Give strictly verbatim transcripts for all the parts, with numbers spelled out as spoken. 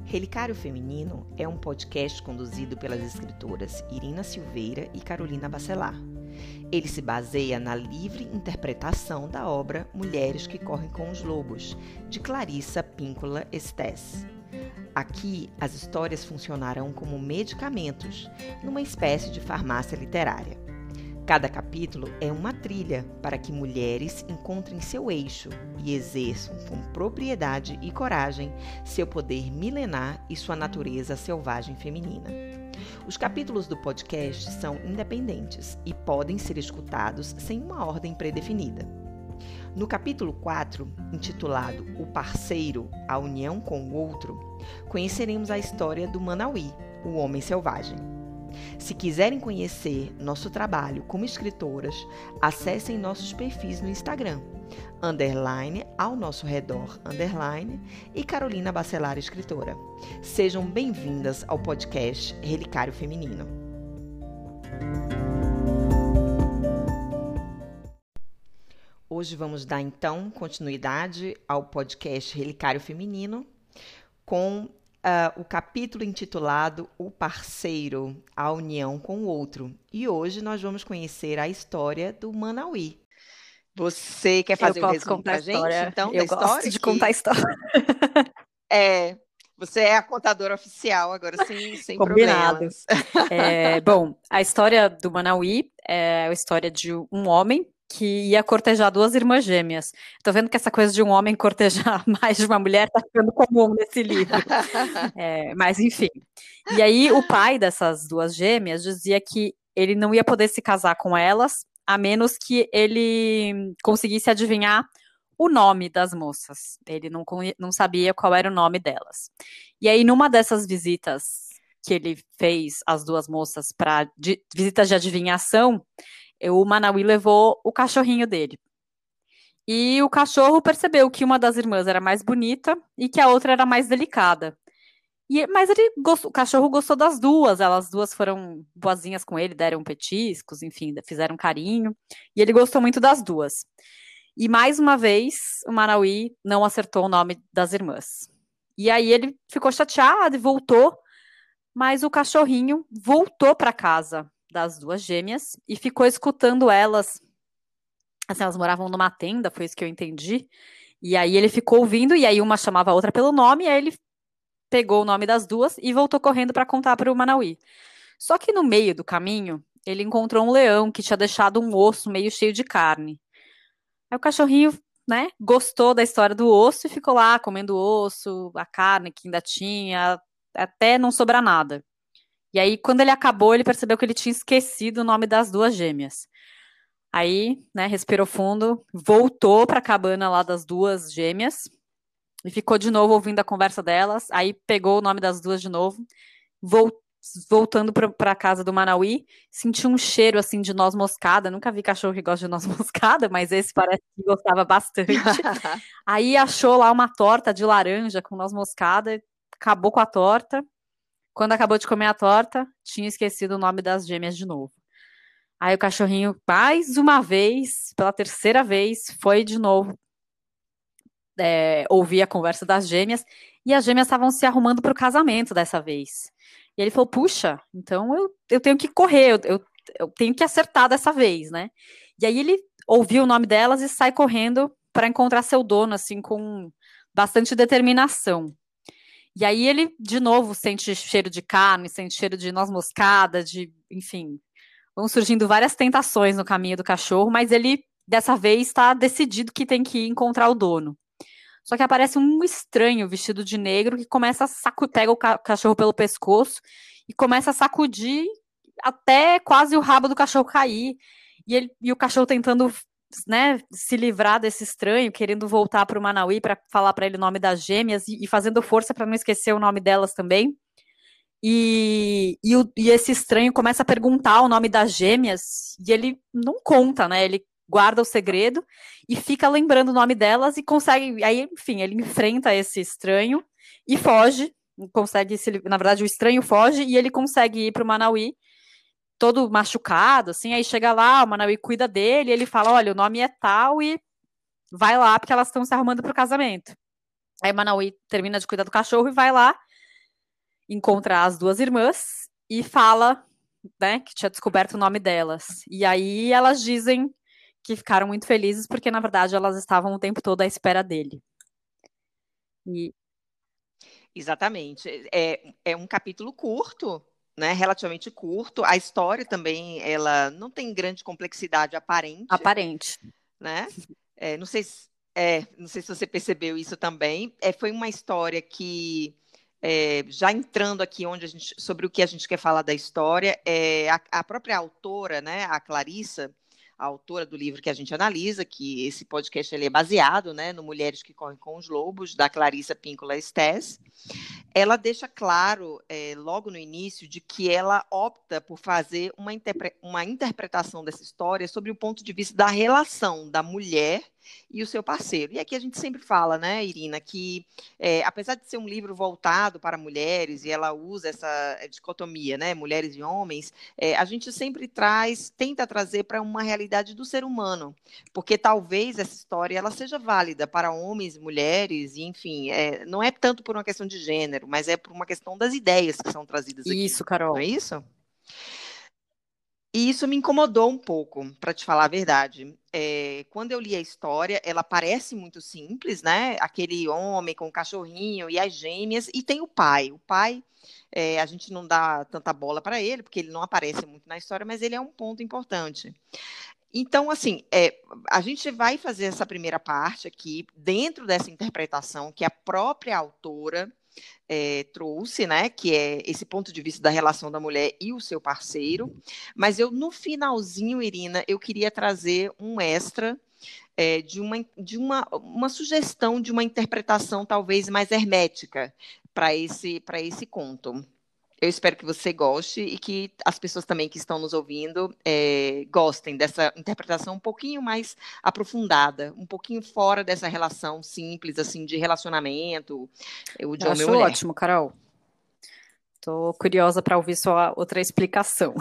Relicário Feminino é um podcast conduzido pelas escritoras Irina Silveira e Carolina Bacelar. Ele se baseia na livre interpretação da obra Mulheres que Correm com os Lobos, de Clarissa Píncola Estés. Aqui, as histórias funcionarão como medicamentos, numa espécie de farmácia literária. Cada capítulo é uma trilha para que mulheres encontrem seu eixo e exerçam com propriedade e coragem seu poder milenar e sua natureza selvagem feminina. Os capítulos do podcast são independentes e podem ser escutados sem uma ordem predefinida. No capítulo quatro, intitulado O Parceiro, a União com o Outro, conheceremos a história do Manauí, o homem selvagem. Se quiserem conhecer nosso trabalho como escritoras, acessem nossos perfis no Instagram, underline, ao nosso redor, underline, e Carolina Bacelar Escritora. Sejam bem-vindas ao podcast Relicário Feminino. Hoje vamos dar, então, continuidade ao podcast Relicário Feminino com Uh, o capítulo intitulado O Parceiro, a União com o Outro. E hoje nós vamos conhecer a história do Manauí. Você quer fazer o um resumo para a gente, então, Eu da gosto história? de que... contar a história. É, você é a contadora oficial agora, sem, sem Combinado. problemas. É, bom, a história do Manauí é a história de um homem que ia cortejar duas irmãs gêmeas. Tô vendo que essa coisa de um homem cortejar mais de uma mulher tá ficando comum nesse livro. É, mas, enfim. E aí, o pai dessas duas gêmeas dizia que ele não ia poder se casar com elas, a menos que ele conseguisse adivinhar o nome das moças. Ele não, não sabia qual era o nome delas. E aí, numa dessas visitas que ele fez às duas moças para visitas de adivinhação, o Manauí levou o cachorrinho dele. E o cachorro percebeu que uma das irmãs era mais bonita e que a outra era mais delicada. E, mas ele gostou, o cachorro gostou das duas, elas duas foram boazinhas com ele, deram petiscos, enfim, fizeram carinho. E ele gostou muito das duas. E mais uma vez, o Manauí não acertou o nome das irmãs. E aí ele ficou chateado e voltou, mas o cachorrinho voltou para casa das duas gêmeas e ficou escutando elas. Assim, elas moravam numa tenda, foi isso que eu entendi. E aí ele ficou ouvindo, e aí uma chamava a outra pelo nome, e aí ele pegou o nome das duas e voltou correndo para contar para o Manauí. Só que no meio do caminho, ele encontrou um leão que tinha deixado um osso meio cheio de carne. Aí o cachorrinho, né, gostou da história do osso e ficou lá comendo o osso, a carne que ainda tinha, até não sobrar nada. E aí, quando ele acabou, ele percebeu que ele tinha esquecido o nome das duas gêmeas. Aí, né, respirou fundo, voltou para a cabana lá das duas gêmeas e ficou de novo ouvindo a conversa delas. Aí pegou o nome das duas de novo, voltando para a casa do Manauí, sentiu um cheiro assim de noz moscada. Nunca vi cachorro que gosta de noz moscada, mas esse parece que gostava bastante. Aí achou lá uma torta de laranja com noz moscada, acabou com a torta. Quando acabou de comer a torta, tinha esquecido o nome das gêmeas de novo. Aí o cachorrinho, mais uma vez, pela terceira vez, foi de novo é, ouvir a conversa das gêmeas, e as gêmeas estavam se arrumando para o casamento dessa vez. E ele falou, puxa, então eu, eu tenho que correr, eu, eu, eu tenho que acertar dessa vez, né? E aí ele ouviu o nome delas e sai correndo para encontrar seu dono, assim, com bastante determinação. E aí ele, de novo, sente cheiro de carne, sente cheiro de noz moscada, de, enfim, vão surgindo várias tentações no caminho do cachorro, mas ele, dessa vez, está decidido que tem que ir encontrar o dono. Só que aparece um estranho vestido de negro que começa a sacudir, pega o ca- cachorro pelo pescoço e começa a sacudir até quase o rabo do cachorro cair. E, ele, e o cachorro tentando, né, se livrar desse estranho, querendo voltar para o Manauí para falar para ele o nome das gêmeas e, e fazendo força para não esquecer o nome delas também. E, e, o, e esse estranho começa a perguntar o nome das gêmeas e ele não conta, né? Ele guarda o segredo e fica lembrando o nome delas e consegue. Aí, enfim, ele enfrenta esse estranho e foge. Consegue se, na verdade, o estranho foge e ele consegue ir para o Manauí todo machucado, assim, aí chega lá, o Manauí cuida dele, e ele fala, olha, o nome é tal e vai lá, porque elas estão se arrumando pro casamento. Aí o Manauí termina de cuidar do cachorro e vai lá, encontra as duas irmãs e fala, né, que tinha descoberto o nome delas. E aí elas dizem que ficaram muito felizes porque, na verdade, elas estavam o tempo todo à espera dele. E... Exatamente. É, é um capítulo curto, né, relativamente curto. A história também, ela não tem grande complexidade aparente. Aparente. Né? É, não sei se, é, não sei se você percebeu isso também. É, foi uma história que, é, já entrando aqui onde a gente, sobre o que a gente quer falar da história, é, a, a própria autora, né, a Clarissa, a autora do livro que a gente analisa, que esse podcast ele é baseado, né, no Mulheres que Correm com os Lobos, da Clarissa Pinkola Estés, ela deixa claro, é, logo no início, de que ela opta por fazer uma, interpre uma interpretação dessa história sobre o ponto de vista da relação da mulher e o seu parceiro. E aqui a gente sempre fala, né, Irina, que é, apesar de ser um livro voltado para mulheres, e ela usa essa dicotomia, né, mulheres e homens, é, a gente sempre traz, tenta trazer para uma realidade do ser humano, porque talvez essa história ela seja válida para homens e mulheres, e, enfim, é, não é tanto por uma questão de gênero, mas é por uma questão das ideias que são trazidas aqui. Isso, Carol. Não é isso? E isso me incomodou um pouco, para te falar a verdade. É, quando eu li a história, ela parece muito simples, né? Aquele homem com o cachorrinho e as gêmeas, e tem o pai. O pai, é, a gente não dá tanta bola para ele, porque ele não aparece muito na história, mas ele é um ponto importante. Então, assim, é, a gente vai fazer essa primeira parte aqui, dentro dessa interpretação que a própria autora é, trouxe, né, que é esse ponto de vista da relação da mulher e o seu parceiro, mas eu, no finalzinho, Irina, eu queria trazer um extra é, de, uma, de uma, uma sugestão de uma interpretação talvez mais hermética para esse, para esse conto. Eu espero que você goste e que as pessoas também que estão nos ouvindo é, gostem dessa interpretação um pouquinho mais aprofundada, um pouquinho fora dessa relação simples, assim, de relacionamento, o de Eu homem e acho mulher. ótimo, Carol. Estou curiosa para ouvir sua outra explicação.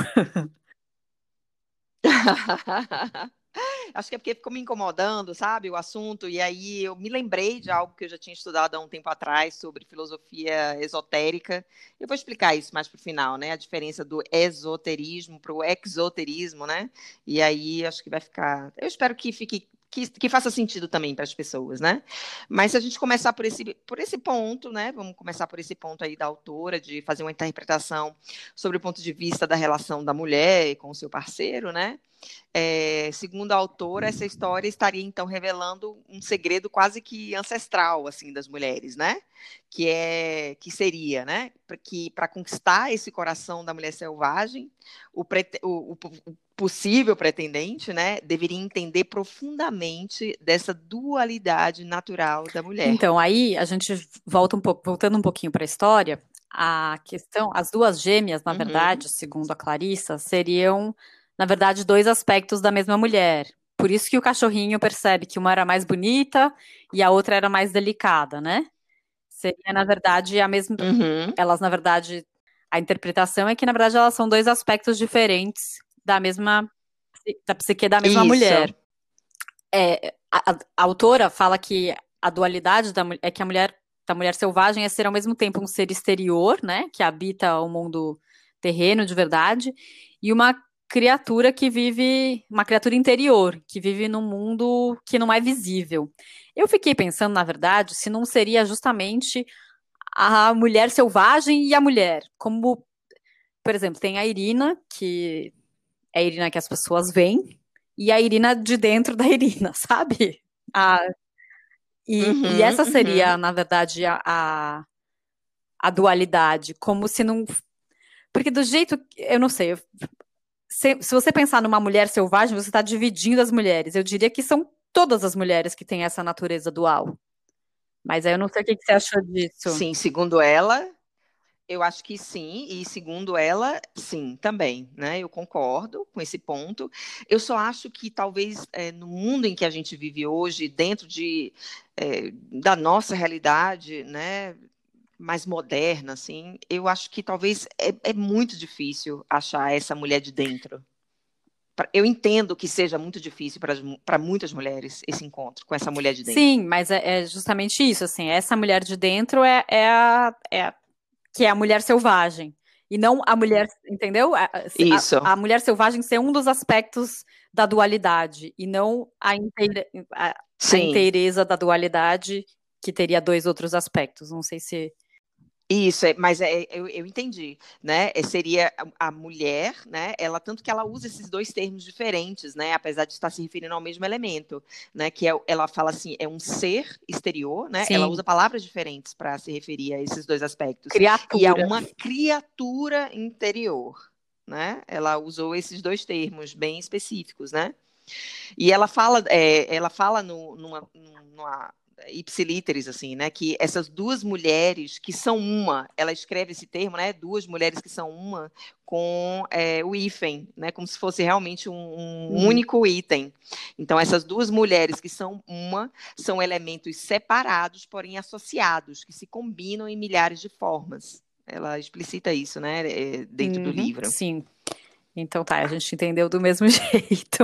Acho que é porque ficou me incomodando, sabe, o assunto, e aí eu me lembrei de algo que eu já tinha estudado há um tempo atrás sobre filosofia esotérica. Eu vou explicar isso mais para o final, né? A diferença do esoterismo para o exoterismo, né? E aí acho que vai ficar. Eu espero que fique. Que, que faça sentido também para as pessoas, né? Mas se a gente começar por esse, por esse ponto, né? Vamos começar por esse ponto aí da autora, de fazer uma interpretação sobre o ponto de vista da relação da mulher com o seu parceiro, né? É, segundo a autora, essa história estaria então revelando um segredo quase que ancestral assim das mulheres, né? Que é que seria, né? Que para conquistar esse coração da mulher selvagem, o, prete, o, o, possível pretendente, né, deveria entender profundamente dessa dualidade natural da mulher. Então aí a gente volta um pouco, voltando um pouquinho para a história, a questão, as duas gêmeas, na uhum. verdade, segundo a Clarissa, seriam na verdade, dois aspectos da mesma mulher. Por isso que o cachorrinho percebe que uma era mais bonita e a outra era mais delicada, né? Seria, na verdade, a mesma... Uhum. Elas, na verdade, a interpretação é que, na verdade, elas são dois aspectos diferentes da mesma... da psique da mesma isso. mulher. É, a, a, a autora fala que a dualidade da, é que a mulher, da mulher selvagem é ser, ao mesmo tempo, um ser exterior, né? Que habita o mundo terreno de verdade, e uma criatura que vive, uma criatura interior, que vive num mundo que não é visível. Eu fiquei pensando, na verdade, se não seria justamente a mulher selvagem e a mulher, como, por exemplo, tem a Irina, que é a Irina que as pessoas veem, e a Irina de dentro da Irina, sabe? A, e, uhum, e essa seria, uhum. na verdade, a, a, a dualidade, como se não... Porque do jeito, eu não sei... Eu, Se, se você pensar numa mulher selvagem, você está dividindo as mulheres. Eu diria que são todas as mulheres que têm essa natureza dual. Mas aí eu não sei o que, que você achou disso. Sim, segundo ela, eu acho que sim. E segundo ela, sim, também, né? Eu concordo com esse ponto. Eu só acho que talvez é, no mundo em que a gente vive hoje, dentro de, é, da nossa realidade, né? mais moderna, assim, eu acho que talvez é, é muito difícil achar essa mulher de dentro. Eu entendo que seja muito difícil para muitas mulheres esse encontro com essa mulher de dentro. Sim, mas é, é justamente isso, assim, essa mulher de dentro é, é, a, é a que é a mulher selvagem. E não a mulher, entendeu? A, Isso. a, a mulher selvagem ser um dos aspectos da dualidade, e não a, inteira, a, a inteireza da dualidade, que teria dois outros aspectos. Não sei se... Isso, é, mas é, eu, eu entendi, né? É, seria a, a mulher, né? Ela, tanto que ela usa esses dois termos diferentes, né? Apesar de estar se referindo ao mesmo elemento, né? Que é, ela fala assim, é um ser exterior, né? Sim. Ela usa palavras diferentes para se referir a esses dois aspectos. Criatura. E a uma criatura interior, né? Ela usou esses dois termos bem específicos, né? E ela fala, é, ela fala no, numa, numa ipsilíteres, assim, né, que essas duas mulheres que são uma, ela escreve esse termo, né, duas mulheres que são uma, com é, o hífen, né, como se fosse realmente um, um uhum. único item. Então, essas duas mulheres que são uma, são elementos separados, porém associados, que se combinam em milhares de formas. Ela explicita isso, né, dentro uhum, do livro. Sim. Então tá, a gente entendeu do mesmo jeito.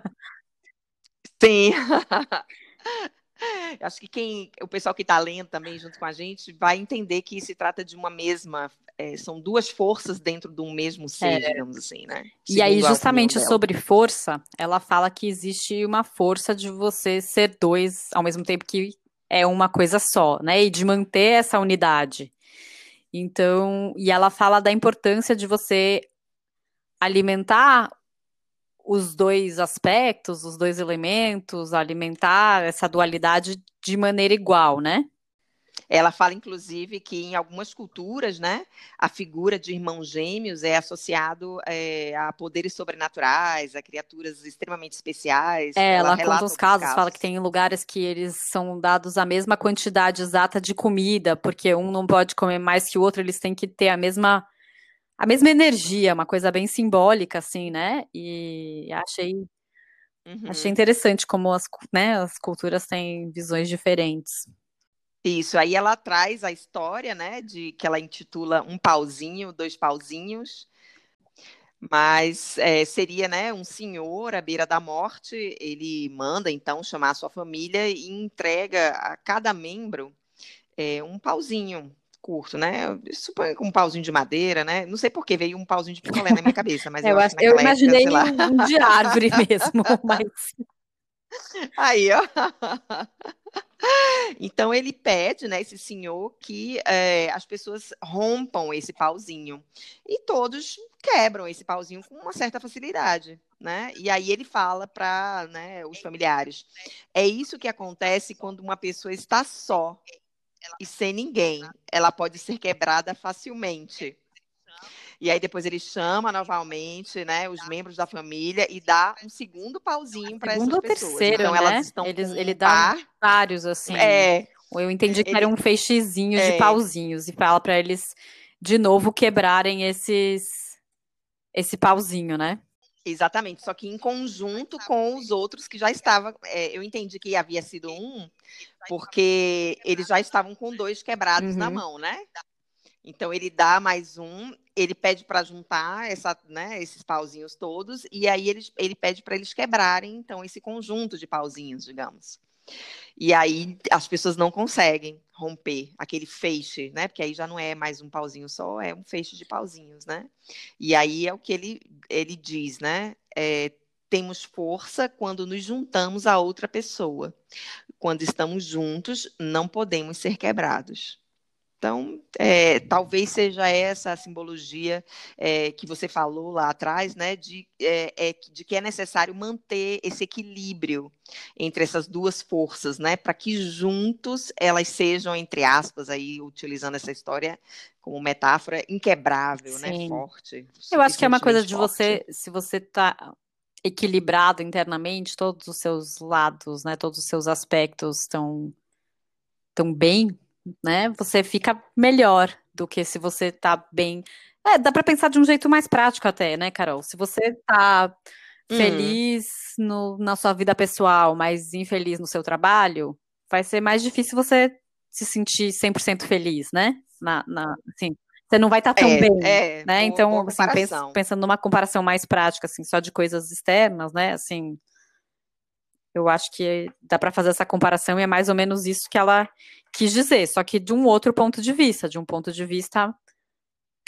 Sim. Acho que quem, o pessoal que está lendo também junto com a gente vai entender que se trata de uma mesma, é, são duas forças dentro de um mesmo ser, é. digamos assim, né? E aí, justamente sobre força, ela fala que existe uma força de você ser dois ao mesmo tempo que é uma coisa só, né? E de manter essa unidade. Então, e ela fala da importância de você alimentar os dois aspectos, os dois elementos, alimentar essa dualidade de maneira igual, né? Ela fala, inclusive, que em algumas culturas, né, a figura de irmãos gêmeos é associado é, a poderes sobrenaturais, a criaturas extremamente especiais. É, ela, ela conta os casos, casos, fala que tem lugares que eles são dados a mesma quantidade exata de comida, porque um não pode comer mais que o outro, eles têm que ter a mesma... a mesma energia, uma coisa bem simbólica, assim, né? E achei, uhum. achei interessante como as, né, as culturas têm visões diferentes. Isso, aí ela traz a história, né, de que ela intitula Um Pauzinho, Dois Pauzinhos, mas é, seria, né, um senhor à beira da morte, ele manda, então, chamar a sua família e entrega a cada membro é, um pauzinho, curto, né? Suponho que um pauzinho de madeira, né? Não sei por que veio um pauzinho de picolé na minha cabeça, mas eu, eu acho que eu naquela imaginei época, sei lá... um de árvore mesmo, mas... Aí, ó. Então ele pede, né, esse senhor, que é, as pessoas rompam esse pauzinho. E todos quebram esse pauzinho com uma certa facilidade, né? E aí ele fala para, né, os familiares. É isso que acontece quando uma pessoa está só e sem ninguém. Ela pode ser quebrada facilmente. E aí depois ele chama novamente, né, os membros da família e dá um segundo pauzinho para essas pessoas. Terceiro, então né? elas estão Eles, com ele um dá par. vários assim. É. Eu entendi que ele, era um feixezinho é, de pauzinhos e fala para eles de novo quebrarem esses esse pauzinho, né? Exatamente, só que em conjunto com os outros que já estavam. É, eu entendi que havia sido um, porque eles já estavam com dois quebrados uhum. na mão, né? Então ele dá mais um, ele pede para juntar essa, né, esses pauzinhos todos, e aí ele, ele pede para eles quebrarem, então, esse conjunto de pauzinhos, digamos. E aí as pessoas não conseguem romper aquele feixe, né? Porque aí já não é mais um pauzinho só, é um feixe de pauzinhos, né? E aí é o que ele, ele diz, né? É, temos força quando nos juntamos a outra pessoa. Quando estamos juntos, não podemos ser quebrados. Então, é, talvez seja essa a simbologia é, que você falou lá atrás, né, de, é, é, de que é necessário manter esse equilíbrio entre essas duas forças, né, para que juntos elas sejam, entre aspas, aí, utilizando essa história como metáfora, inquebrável, Sim. né, forte. Eu acho que é uma coisa de forte. Você, se você está equilibrado internamente, todos os seus lados, né, todos os seus aspectos estão tão bem, né, você fica melhor do que se você tá bem... É, dá pra pensar de um jeito mais prático até, né, Carol? Se você tá feliz hum. no, na sua vida pessoal, mas infeliz no seu trabalho, vai ser mais difícil você se sentir cem por cento feliz, né? Na, na, assim, você não vai estar tá tão é, bem, é, né? Boa, então, boa assim, pensa, pensando numa comparação mais prática, assim, só de coisas externas, né, assim... Eu acho que dá para fazer essa comparação e é mais ou menos isso que ela quis dizer, só que de um outro ponto de vista, de um ponto de vista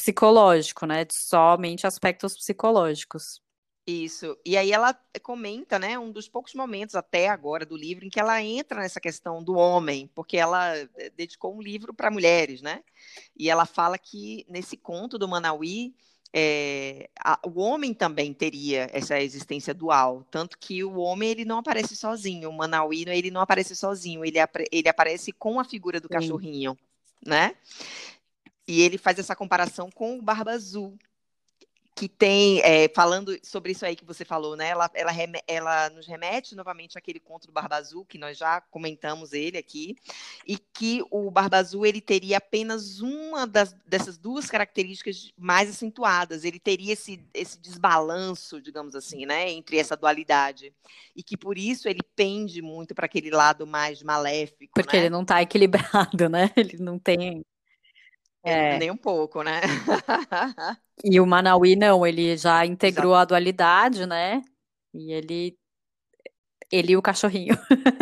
psicológico, né? Somente aspectos psicológicos. Isso. E aí ela comenta, né, um dos poucos momentos até agora do livro em que ela entra nessa questão do homem, porque ela dedicou um livro para mulheres, né? E ela fala que nesse conto do Manauí, é, a, o homem também teria essa existência dual, tanto que o homem ele não aparece sozinho, o Manauí ele não aparece sozinho, ele, ele aparece com a figura do Sim. cachorrinho, né? E ele faz essa comparação com o Barba Azul, que tem, é, falando sobre isso aí que você falou, né? Ela, ela, ela nos remete novamente àquele conto do Barba Azul, que nós já comentamos ele aqui, e que o Barba Azul ele teria apenas uma das, dessas duas características mais acentuadas. Ele teria esse, esse desbalanço, digamos assim, né? Entre essa dualidade. E que por isso ele pende muito para aquele lado mais maléfico. Porque né? ele não está equilibrado, né? Ele não tem. É. Nem um pouco, né? E o Manauí não, ele já integrou Exato. A dualidade, né? E ele, ele e o cachorrinho.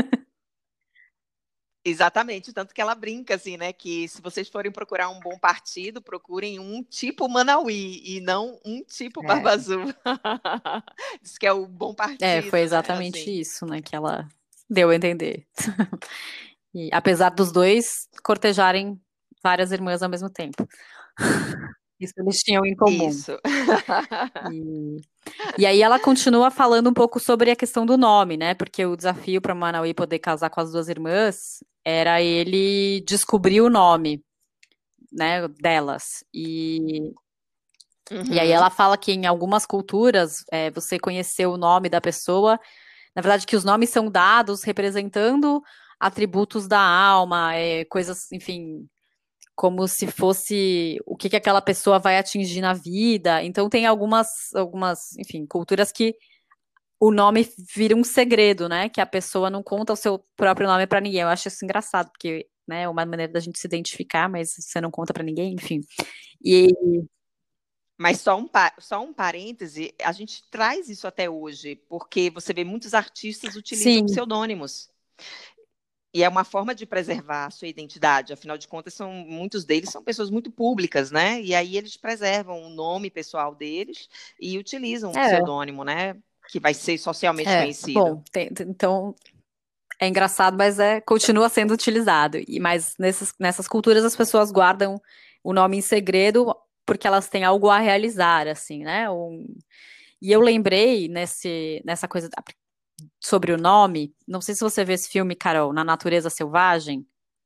Exatamente, tanto que ela brinca assim, né? Que se vocês forem procurar um bom partido, procurem um tipo Manauí e não um tipo é. Barba Azul. Diz que é o bom partido. É, foi exatamente né? assim. isso, né? Que ela deu a entender. E apesar dos dois cortejarem várias irmãs ao mesmo tempo. Isso eles tinham em comum. Isso. E, e aí ela continua falando um pouco sobre a questão do nome, né? Porque o desafio para Manauí poder casar com as duas irmãs era ele descobrir o nome, né, delas. E, uhum. e aí ela fala que em algumas culturas é, você conhecer o nome da pessoa, na verdade que os nomes são dados representando atributos da alma, é, coisas, enfim, como se fosse o que, que aquela pessoa vai atingir na vida. Então tem algumas, algumas, enfim, culturas que o nome vira um segredo, né? Que a pessoa não conta o seu próprio nome para ninguém. Eu acho isso engraçado, porque né, é uma maneira da gente se identificar, mas você não conta para ninguém, enfim. E Mas só um, só um parêntese, a gente traz isso até hoje, porque você vê muitos artistas utilizam Sim. pseudônimos. E é uma forma de preservar a sua identidade, afinal de contas, são, muitos deles são pessoas muito públicas, né? E aí eles preservam o nome pessoal deles e utilizam um é. pseudônimo, né? Que vai ser socialmente é. conhecido. Bom, tem, então é engraçado, mas é, continua sendo utilizado. E, mas nessas, nessas culturas as pessoas guardam o nome em segredo porque elas têm algo a realizar, assim, né? Um, e eu lembrei nesse, nessa coisa da, sobre o nome, não sei se você vê esse filme, Carol, Na Natureza Selvagem.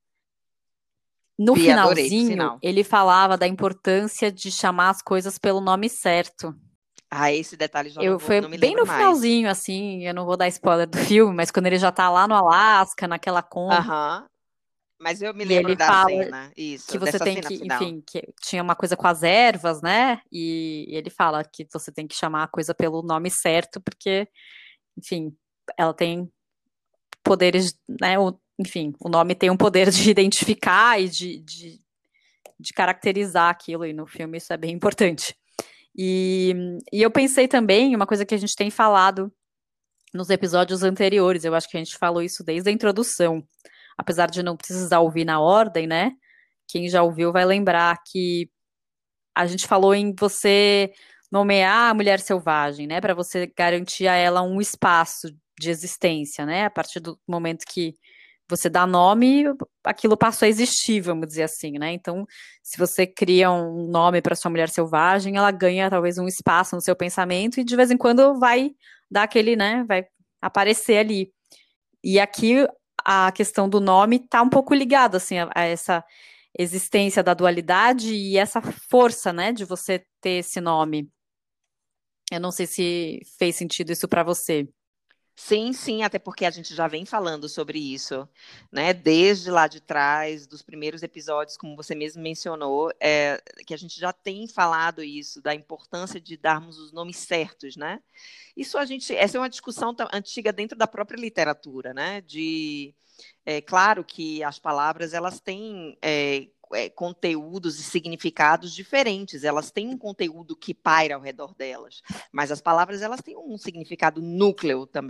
No Vi, finalzinho, adorei, ele falava da importância de chamar as coisas pelo nome certo. Ah, esse detalhe já eu, não, vou, foi não me bem lembro no mais. finalzinho, assim, eu não vou dar spoiler do filme, mas quando ele já tá lá no Alasca, naquela conta. Aham. Mas eu me e lembro ele da fala cena, isso, que você dessa tem cena que, final. enfim, que tinha uma coisa com as ervas, né? E ele fala que você tem que chamar a coisa pelo nome certo, porque, enfim, ela tem poderes, né? O, enfim, o nome tem um poder de identificar e de, de, de caracterizar aquilo, e no filme isso é bem importante. E, e eu pensei também, uma coisa que a gente tem falado nos episódios anteriores, eu acho que a gente falou isso desde a introdução, apesar de não precisar ouvir na ordem, né? Quem já ouviu vai lembrar que a gente falou em você nomear a mulher selvagem, né? Para você garantir a ela um espaço de existência, né? A partir do momento que você dá nome, aquilo passou a existir, vamos dizer assim, né? Então, se você cria um nome para sua mulher selvagem, ela ganha talvez um espaço no seu pensamento e de vez em quando vai dar aquele, né? Vai aparecer ali. E aqui a questão do nome está um pouco ligada, assim, a, a essa existência da dualidade e essa força, né, de você ter esse nome. Eu não sei se fez sentido isso para você. Sim, sim, até porque a gente já vem falando sobre isso, né? Desde lá de trás, dos primeiros episódios, como você mesmo mencionou, é, que a gente já tem falado isso, da importância de darmos os nomes certos, né? Isso a gente, essa é uma discussão antiga dentro da própria literatura, né? De, é claro que as palavras elas têm é, é, conteúdos e significados diferentes, elas têm um conteúdo que paira ao redor delas, mas as palavras elas têm um significado núcleo também,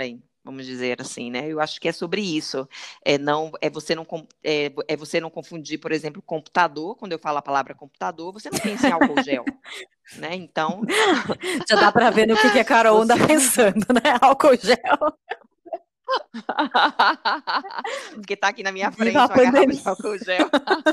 vamos dizer assim, né? Eu acho que é sobre isso. É, não, é, você não, é, é você não confundir, por exemplo, computador, quando eu falo a palavra computador, você não pensa em álcool gel, né? Então, Já dá para ver no que, que a Carol anda você... pensando, né? Álcool gel. Porque tá aqui na minha Viva a frente uma garrafa pandemia. de álcool gel.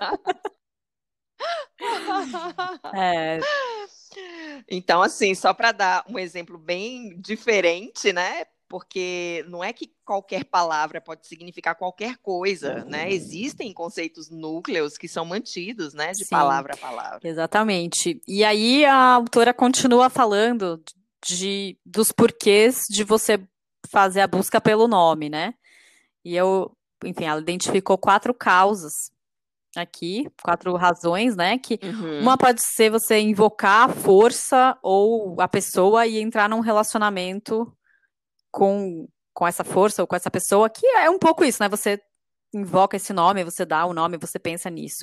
É, Então, assim, só para dar um exemplo bem diferente, né? Porque não é que qualquer palavra pode significar qualquer coisa, né? Existem conceitos núcleos que são mantidos, né, de sim, palavra a palavra. exatamente. E aí a autora continua falando de, dos porquês de você fazer a busca pelo nome, né? E eu, enfim, ela identificou quatro causas aqui, quatro razões, né? Que uma Uhum. pode ser você invocar a força ou a pessoa e entrar num relacionamento com, com essa força ou com essa pessoa, que é um pouco isso, né? Você invoca esse nome, você dá o nome, você pensa nisso.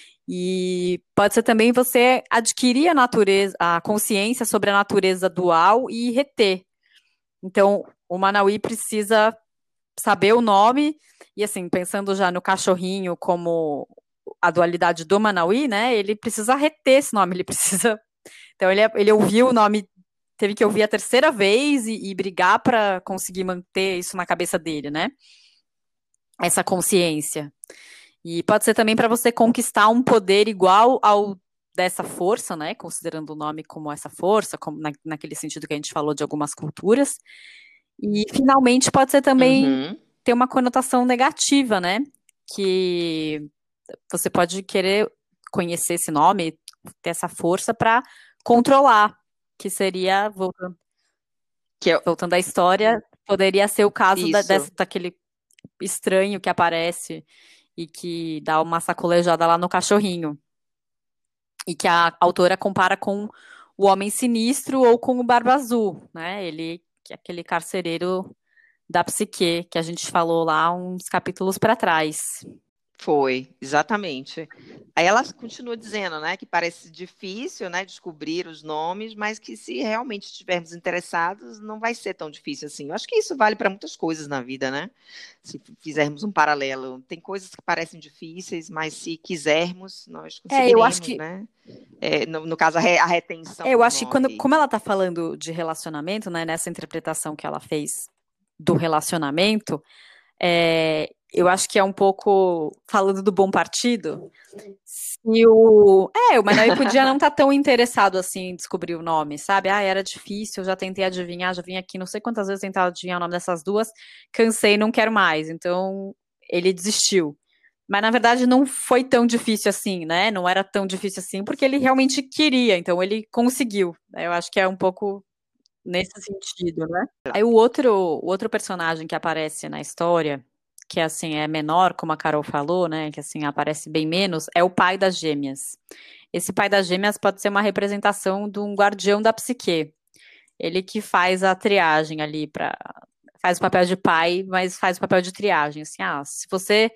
E pode ser também você adquirir a natureza, a consciência sobre a natureza dual e reter. Então, o Manauí precisa saber o nome, e assim, pensando já no cachorrinho como a dualidade do Manauí, né? Ele precisa reter esse nome, ele precisa. Então, ele, ele ouviu o nome, teve que ouvir a terceira vez e, e brigar para conseguir manter isso na cabeça dele, né? Essa consciência. E pode ser também para você conquistar um poder igual ao dessa força, né? Considerando o nome como essa força, como na, naquele sentido que a gente falou de algumas culturas. E finalmente pode ser também Uhum. ter uma conotação negativa, né? Que você pode querer conhecer esse nome, ter essa força para controlar, que seria, voltando, Que é voltando à história, poderia ser o caso da, isso. desse, daquele estranho que aparece e que dá uma sacolejada lá no cachorrinho. E que a autora compara com o Homem Sinistro ou com o Barba Azul, né? Ele, que é aquele carcereiro da psique que a gente falou lá uns capítulos para trás. Foi, exatamente. Aí ela continua dizendo, né, que parece difícil, né, descobrir os nomes, mas que se realmente estivermos interessados, não vai ser tão difícil assim. Eu acho que isso vale para muitas coisas na vida, né? Se fizermos um paralelo, tem coisas que parecem difíceis, mas se quisermos, nós É, eu acho conseguiremos, que né? É, no, no caso, a, re, a retenção é, eu do acho que quando, nome. como ela está falando de relacionamento, né, nessa interpretação que ela fez do relacionamento, é, eu acho que é um pouco falando do bom partido. Se o, é, o Manoel podia não estar tá tão interessado assim em descobrir o nome, sabe? Ah, era difícil, eu já tentei adivinhar, já vim aqui não sei quantas vezes tentar adivinhar o nome dessas duas, cansei, não quero mais. Então, ele desistiu. Mas na verdade não foi tão difícil assim, né? Não era tão difícil assim, porque ele realmente queria, então ele conseguiu. Eu acho que é um pouco nesse sentido, né? Aí o outro, o outro personagem que aparece na história, que assim é menor, como a Carol falou, né? Que assim aparece bem menos, é o pai das gêmeas. Esse pai das gêmeas pode ser uma representação de um guardião da psique. Ele que faz a triagem ali para faz o papel de pai, mas faz o papel de triagem. Assim, ah, se você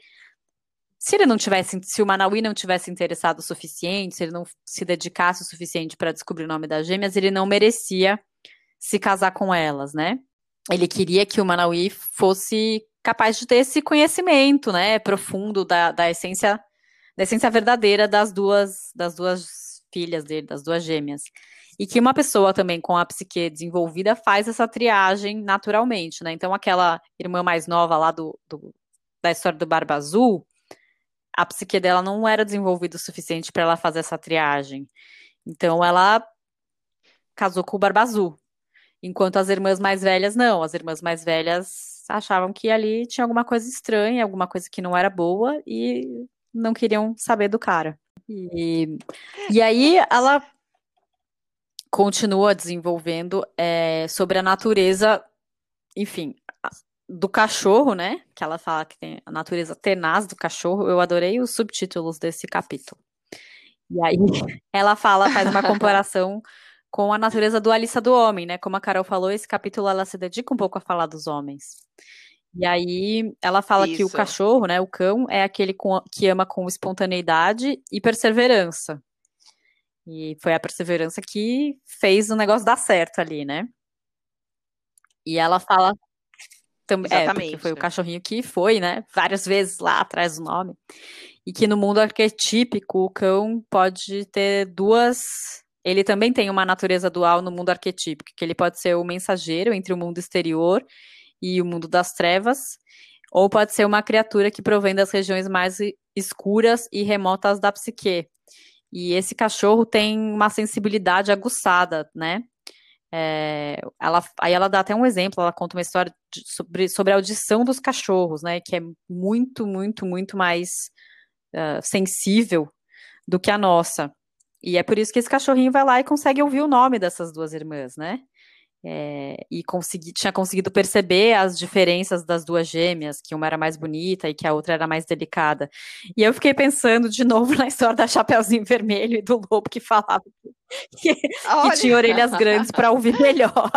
se ele não tivesse, se o Manauí não tivesse interessado o suficiente, se ele não se dedicasse o suficiente para descobrir o nome das gêmeas, ele não merecia se casar com elas, né? Ele queria que o Manauí fosse capaz de ter esse conhecimento, né, profundo da, da essência, da essência verdadeira das duas, das duas filhas dele, das duas gêmeas. E que uma pessoa também com a psique desenvolvida faz essa triagem naturalmente, né? Então, aquela irmã mais nova lá do, do da história do Barba Azul, a psique dela não era desenvolvida o suficiente para ela fazer essa triagem. Então, ela casou com o Barba Azul. Enquanto as irmãs mais velhas, não. As irmãs mais velhas achavam que ali tinha alguma coisa estranha, alguma coisa que não era boa e não queriam saber do cara. E, e aí ela continua desenvolvendo é, sobre a natureza, enfim, do cachorro, né? Que ela fala que tem a natureza tenaz do cachorro. Eu adorei os subtítulos desse capítulo. E aí ela fala, faz uma comparação com a natureza dualista do homem, né? Como a Carol falou, esse capítulo ela se dedica um pouco a falar dos homens. E aí ela fala que o Isso. cachorro, né, o cão, é aquele com, que ama com espontaneidade e perseverança. E foi a perseverança que fez o negócio dar certo ali, né? E ela fala. Tam- É, porque foi o Exatamente. cachorrinho que foi, né, várias vezes lá atrás do nome. E que no mundo arquetípico, o cão pode ter duas. Ele também tem uma natureza dual no mundo arquetípico, que ele pode ser o mensageiro entre o mundo exterior e o mundo das trevas, ou pode ser uma criatura que provém das regiões mais e- escuras e remotas da psique. E esse cachorro tem uma sensibilidade aguçada, né? É, ela, aí ela dá até um exemplo, ela conta uma história de- sobre, sobre a audição dos cachorros, né? Que é muito, muito, muito mais ah, sensível do que a nossa. E é por isso que esse cachorrinho vai lá e consegue ouvir o nome dessas duas irmãs, né? É, e consegui, tinha conseguido perceber as diferenças das duas gêmeas, que uma era mais bonita e que a outra era mais delicada. E eu fiquei pensando de novo na história da Chapeuzinho Vermelho e do lobo que falava que, que Olha! tinha orelhas grandes para ouvir melhor.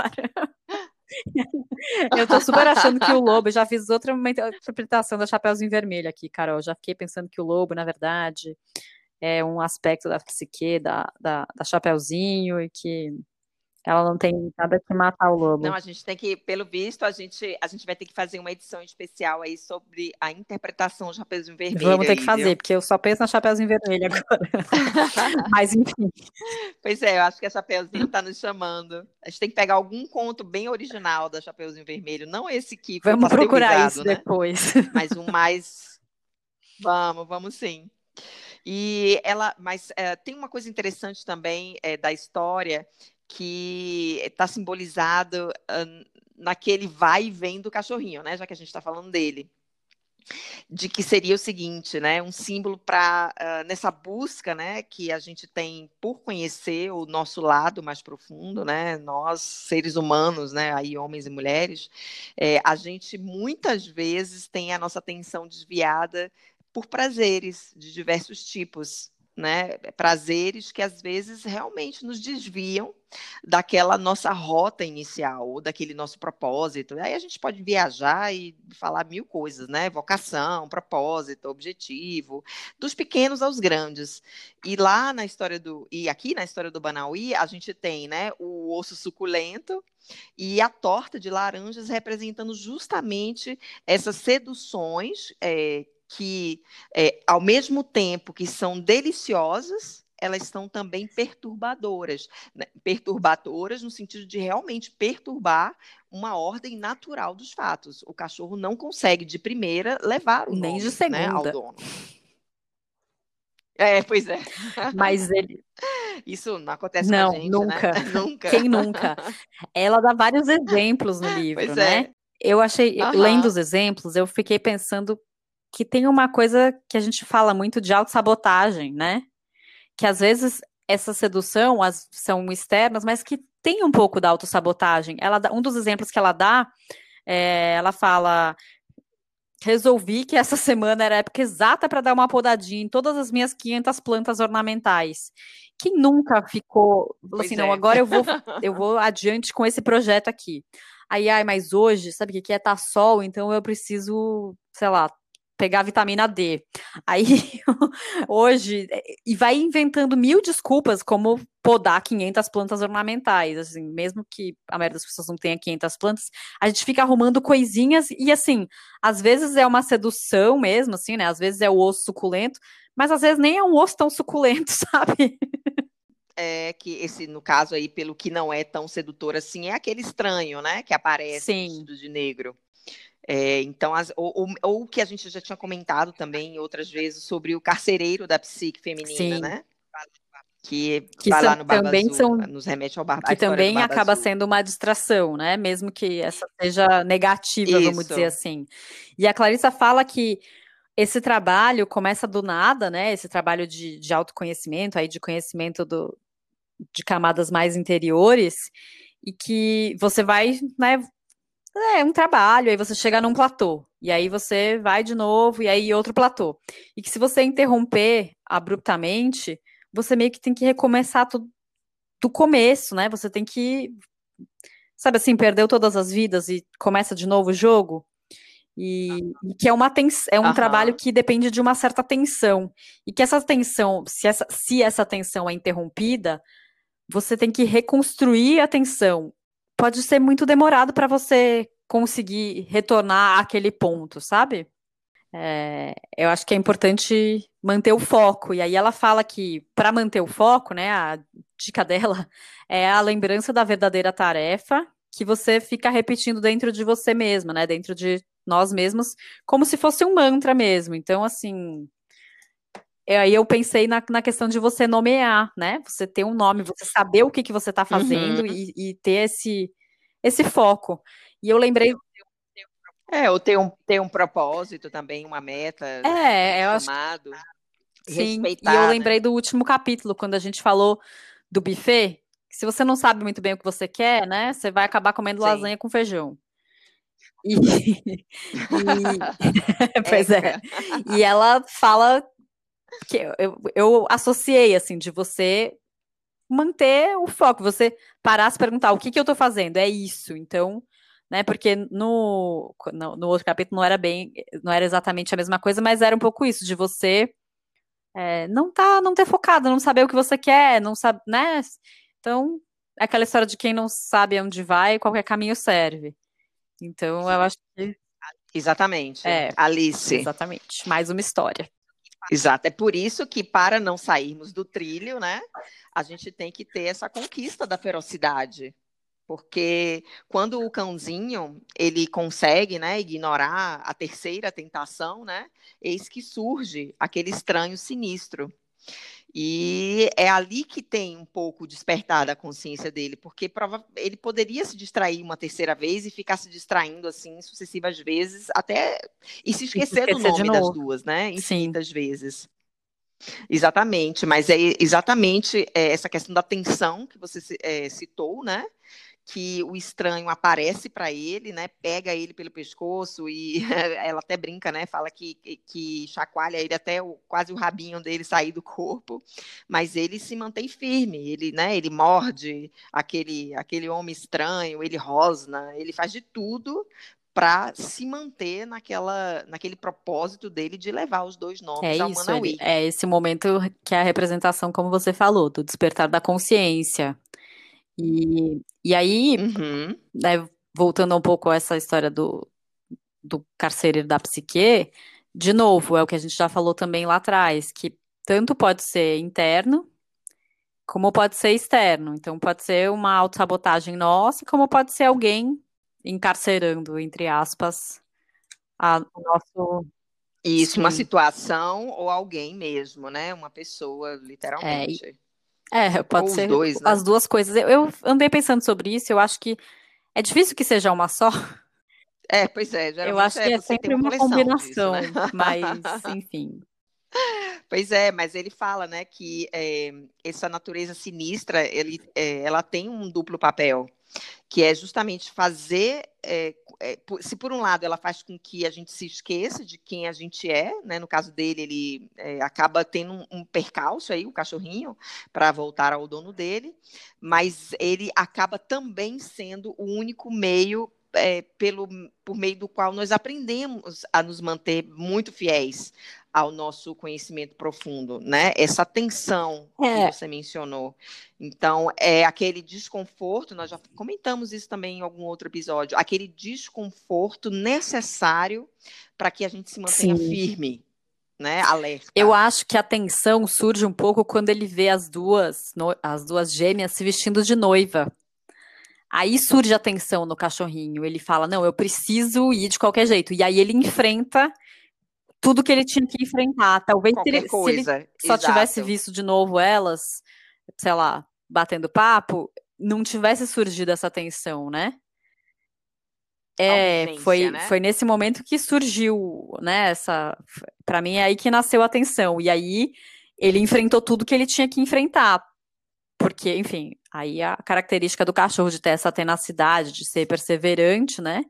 Eu tô super achando que o lobo, eu já fiz outra interpretação da Chapeuzinho Vermelho aqui, Carol. Já fiquei pensando que o lobo, na verdade, é um aspecto da psique da, da, da Chapeuzinho e que ela não tem nada que matar o Não, lobo. a gente tem que, pelo visto, a gente, a gente vai ter que fazer uma edição especial aí sobre a interpretação do Chapeuzinho Vermelho Vamos ter que aí, fazer, viu? porque eu só penso na Chapeuzinho Vermelho agora. Mas enfim, Pois é, eu acho que a Chapeuzinho está nos chamando. A gente tem que pegar algum conto bem original da Chapeuzinho Vermelho, não esse que foi vamos procurar isso pasteurizado, né? depois. Mas um mais. Vamos, vamos sim. E ela, mas é, tem uma coisa interessante também é, da história que está simbolizado uh, naquele vai e vem do cachorrinho, né? Já que a gente está falando dele, de que seria o seguinte, né? Um símbolo para uh, nessa busca, né? Que a gente tem por conhecer o nosso lado mais profundo, né? Nós seres humanos, né? Aí homens e mulheres, é, a gente muitas vezes tem a nossa atenção desviada por prazeres de diversos tipos, né? Prazeres que às vezes realmente nos desviam daquela nossa rota inicial, ou daquele nosso propósito. Aí a gente pode viajar e falar mil coisas, né? Vocação, propósito, objetivo, dos pequenos aos grandes. E lá na história do. E aqui na história do Banauí, a gente tem, né, o osso suculento e a torta de laranjas representando justamente essas seduções é, que, é, ao mesmo tempo que são deliciosas, elas são também perturbadoras, né? Perturbadoras no sentido de realmente perturbar uma ordem natural dos fatos. O cachorro não consegue, de primeira, levar o Nem de nome, né, ao segunda. dono. É, pois é. Mas ele. Isso não acontece com a Não, gente, né? nunca. Nunca. Quem nunca? Ela dá vários exemplos no livro, Pois né? é. Eu achei, lendo Aham. os exemplos, eu fiquei pensando que tem uma coisa que a gente fala muito de autossabotagem, né? Que às vezes essa sedução as, são externas, mas que tem um pouco da autossabotagem. Ela dá, um dos exemplos que ela dá, é, ela fala: resolvi que essa semana era a época exata para dar uma podadinha em todas as minhas quinhentas plantas ornamentais. Quem nunca ficou, falou assim, Pois não, é. agora eu vou, eu vou adiante com esse projeto aqui. Aí, ai, mas hoje, sabe o que que é? Tá sol, então eu preciso, sei lá, pegar vitamina D. Aí, hoje, e vai inventando mil desculpas como podar quinhentas plantas ornamentais, assim, mesmo que a maioria das pessoas não tenha quinhentas plantas, a gente fica arrumando coisinhas e, assim, às vezes é uma sedução mesmo, assim, né? Às vezes é o osso suculento, mas às vezes nem é um osso tão suculento, sabe? É que esse, no caso aí, pelo que não é tão sedutor assim, é aquele estranho, né? Que aparece Sim. vestido de negro. É, então, as, ou, ou, que a gente já tinha comentado também outras vezes sobre o carcereiro da psique feminina, Sim. né? Que Que vai são, lá no Barba também Azul, são, nos remete ao bar, à que história do também Barba acaba Azul. sendo uma distração, né? Mesmo que essa seja negativa, vamos dizer Isso. assim. E a Clarissa fala que esse trabalho começa do nada, né? Esse trabalho de, de autoconhecimento, aí de conhecimento do, de camadas mais interiores, e que você vai, né? É um trabalho, aí você chega num platô, e aí você vai de novo, e aí outro platô. E que se você interromper abruptamente, você meio que tem que recomeçar tudo do começo, né? Você tem que, sabe assim, perdeu todas as vidas e começa de novo o jogo. E, e que é uma tens, é um trabalho Aham. que depende de uma certa tensão. E que essa tensão, se essa, se essa tensão é interrompida, você tem que reconstruir a tensão. Pode ser muito demorado para você conseguir retornar àquele ponto, sabe? É, eu acho que é importante manter o foco. E aí ela fala que para manter o foco, né, a dica dela é a lembrança da verdadeira tarefa que você fica repetindo dentro de você mesma, né, dentro de nós mesmos, como se fosse um mantra mesmo. Então, assim, é, aí eu pensei na, na questão de você nomear, né? Você ter um nome, você saber o que, que você está fazendo Uhum. e, e ter esse, esse foco. E eu lembrei. É, ou ter um, ter um propósito também, uma meta, né? Um É, eu acho que chamado. sim. E eu Respeitar, né? lembrei do último capítulo, quando a gente falou do buffet. Que se você não sabe muito bem o que você quer, né? Você vai acabar comendo Sim. lasanha com feijão. E, e pois é. Épica. E ela fala que eu, eu, eu associei assim de você manter o foco, você parar se perguntar o que, que eu tô fazendo, é isso, então, né, porque no, no, no outro capítulo não era bem, não era exatamente a mesma coisa, mas era um pouco isso, de você é, não tá, não ter focado, não saber o que você quer, não sabe, né, então, é aquela história de quem não sabe onde vai, qualquer caminho serve, então eu acho que, Exatamente. é, Alice. exatamente, mais uma história. Exato. É por isso que, para não sairmos do trilho, né, a gente tem que ter essa conquista da ferocidade. Porque quando o cãozinho ele consegue, né, ignorar a terceira tentação, né, eis que surge aquele estranho sinistro. E é ali que tem um pouco despertar da consciência dele, porque prova ele poderia se distrair uma terceira vez e ficar se distraindo assim sucessivas vezes, até e se E se esquecer do esquecer de nome das novo, duas, né? sim, Infinitas vezes. Exatamente, mas é exatamente é, essa questão da tensão que você é, citou, né? Que o estranho aparece para ele, né? Pega ele pelo pescoço e ela até brinca, né? Fala que, que chacoalha ele até o, quase o rabinho dele sair do corpo, mas ele se mantém firme, ele, né? Ele morde aquele, aquele homem estranho, ele rosna, ele faz de tudo para se manter naquela, naquele propósito dele de levar os dois é nomes ao isso, ele Manauí. é esse momento que é a representação, como você falou, do despertar da consciência. E, e aí, Uhum. né, voltando um pouco a essa história do, do carcereiro da psique, de novo, é o que a gente já falou também lá atrás, que tanto pode ser interno, como pode ser externo. Então, pode ser uma autossabotagem nossa, como pode ser alguém encarcerando, entre aspas, a, o nosso. Isso, uma Sim, situação ou alguém mesmo, né? Uma pessoa, é, literalmente. é, pode Ou os ser dois, as né? duas coisas. Eu, eu andei pensando sobre isso, eu acho que é difícil que seja uma só. É, pois é, Eu geralmente acho que é é você tem sempre uma uma coleção disso, né? combinação, mas enfim. Pois é, mas ele fala, né, que é, essa natureza sinistra, ele, é, ela tem um duplo papel, que é justamente fazer, é, é, se por um lado ela faz com que a gente se esqueça de quem a gente é, né, no caso dele, ele é, acaba tendo um, um percalço aí, o cachorrinho, para voltar ao dono dele, mas ele acaba também sendo o único meio é, pelo, por meio do qual nós aprendemos a nos manter muito fiéis ao nosso conhecimento profundo, né? Essa tensão que É, você mencionou. Então, é aquele desconforto, nós já comentamos isso também em algum outro episódio, aquele desconforto necessário para que a gente se mantenha sim. firme, né? Eu Alerta. acho que a tensão surge um pouco quando ele vê as duas, no- as duas gêmeas se vestindo de noiva. Aí surge a tensão no cachorrinho. Ele fala: Não, eu preciso ir de qualquer jeito. E aí ele enfrenta tudo que ele tinha que enfrentar. Talvez se Qualquer ele, se ele coisa, só tivesse exato. visto de novo elas, sei lá, batendo papo, não tivesse surgido essa tensão, né? A É, urgência, foi, né? foi nesse momento que surgiu, né, essa, para mim é aí que nasceu a tensão. E aí ele enfrentou tudo que ele tinha que enfrentar, porque, enfim, aí a característica do cachorro de ter essa tenacidade, de ser perseverante, né,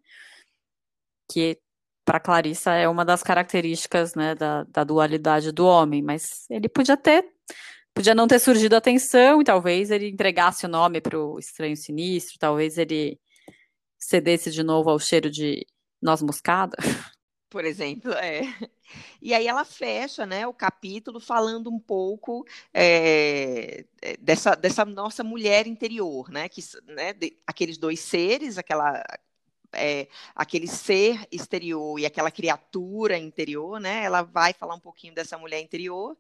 que para Clarissa é uma das características, né, da, da dualidade do homem, mas ele podia ter, podia não ter surgido a tensão e talvez ele entregasse o nome para o estranho sinistro, talvez ele cedesse de novo ao cheiro de noz moscada. Por exemplo, é. E aí ela fecha, né, o capítulo falando um pouco é, dessa, dessa nossa mulher interior, né, que, né, de, aqueles dois seres, aquela é, aquele ser exterior e aquela criatura interior, né? Ela vai falar um pouquinho dessa mulher interior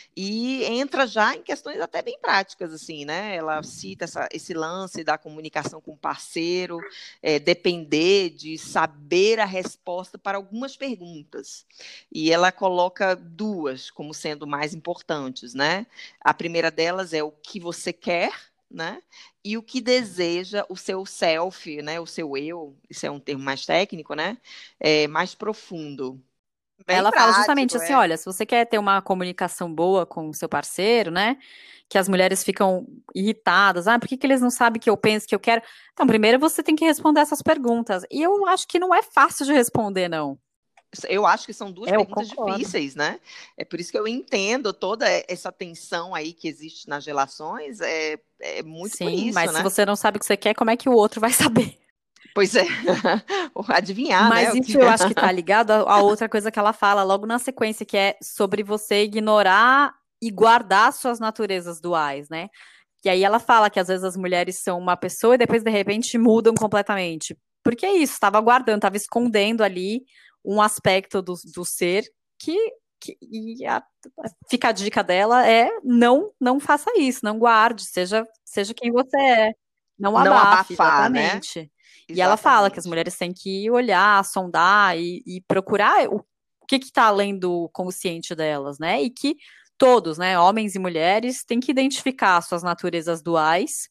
e entra já em questões até bem práticas, assim, né? Ela cita essa, esse lance da comunicação com o parceiro, é, depender de saber a resposta para algumas perguntas. E ela coloca duas como sendo mais importantes, né? A primeira delas é o que você quer, né? E o que deseja o seu self, né? O seu eu, isso é um termo mais técnico, né? É, mais profundo. Bem Ela fala justamente prático, assim, é. olha, se você quer ter uma comunicação boa com o seu parceiro, né, que as mulheres ficam irritadas, ah, por que que eles não sabem que eu penso, que eu quero? Então, primeiro você tem que responder essas perguntas, e eu acho que não é fácil de responder, não. Eu acho que são duas Eu perguntas concordo. difíceis, né? É por isso que eu entendo toda essa tensão aí que existe nas relações, é, é muito por Sim, isso, mas se né? você não sabe o que você quer, como é que o outro vai saber? Pois é, adivinhar, né? Mas O isso que... eu acho que tá ligado a, a outra coisa que ela fala logo na sequência, que é sobre você ignorar e guardar suas naturezas duais, né? E aí ela fala que às vezes as mulheres são uma pessoa e depois de repente mudam completamente. Porque é isso, estava guardando, estava escondendo ali um aspecto do, do ser que, que e a, fica a dica dela é não não faça isso, não guarde, seja seja quem você é, não Não abafe, abafar, né? exatamente. E ela fala que as Exatamente. mulheres têm que olhar, sondar e, e procurar o, o que está além do consciente delas, né? E que todos, né, homens e mulheres, têm que identificar suas naturezas duais.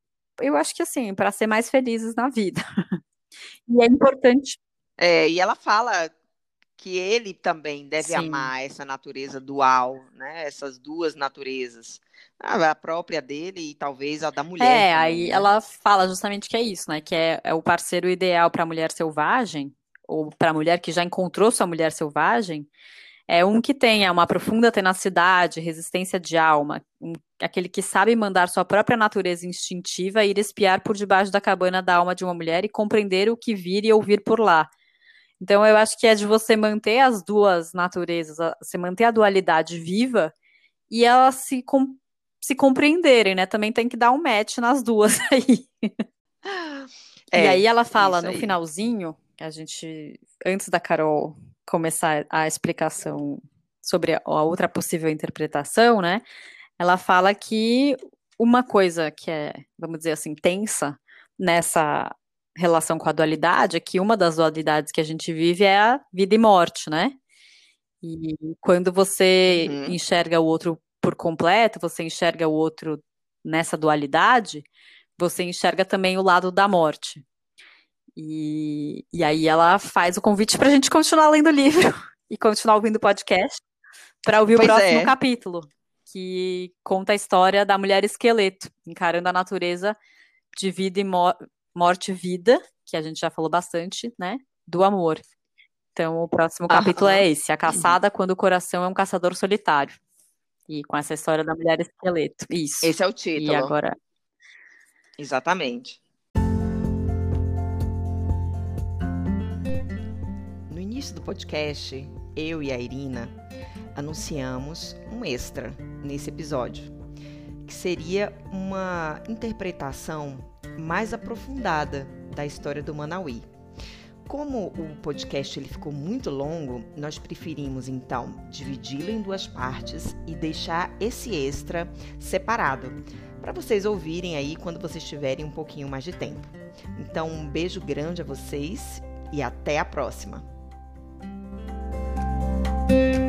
Eu acho que assim, para ser mais felizes na vida. E é importante. É, e ela fala que ele também deve Sim. amar essa natureza dual, né? Essas duas naturezas, a própria dele e talvez a da mulher É, também, aí né? ela fala justamente que é isso, né? Que é, é o parceiro ideal para a mulher selvagem, ou para a mulher que já encontrou sua mulher selvagem, é um que tenha uma profunda tenacidade, resistência de alma, um, aquele que sabe mandar sua própria natureza instintiva ir espiar por debaixo da cabana da alma de uma mulher e compreender o que vir e ouvir por lá. Então, eu acho que é de você manter as duas naturezas, você manter a dualidade viva e elas se, com, se compreenderem, né? Também tem que dar um match nas duas aí. E É, aí ela fala isso no aí. finalzinho, que a gente, antes da Carol começar a explicação sobre a, a outra possível interpretação, né? Ela fala que uma coisa que é, vamos dizer assim, tensa nessa relação com a dualidade é que uma das dualidades que a gente vive é a vida e morte, né? E quando você Uhum. enxerga o outro por completo, você enxerga o outro nessa dualidade, você enxerga também o lado da morte. E, e aí ela faz o convite para a gente continuar lendo o livro e continuar ouvindo o podcast para ouvir o Pois próximo é. capítulo, que conta a história da mulher esqueleto, encarando a natureza de vida e mo morte e vida, que a gente já falou bastante, né? Do amor. Então, o próximo capítulo é Aham. esse, a caçada quando o coração é um caçador solitário. E com essa história da mulher esqueleto. Isso. Esse é o E título. agora. Exatamente. No início do podcast, eu e a Irina anunciamos um extra nesse episódio, que seria uma interpretação mais aprofundada da história do Manauí. Como o podcast ele ficou muito longo, nós preferimos então dividi-lo em duas partes e deixar esse extra separado, para vocês ouvirem aí quando vocês tiverem um pouquinho mais de tempo. Então, um beijo grande a vocês e até a próxima!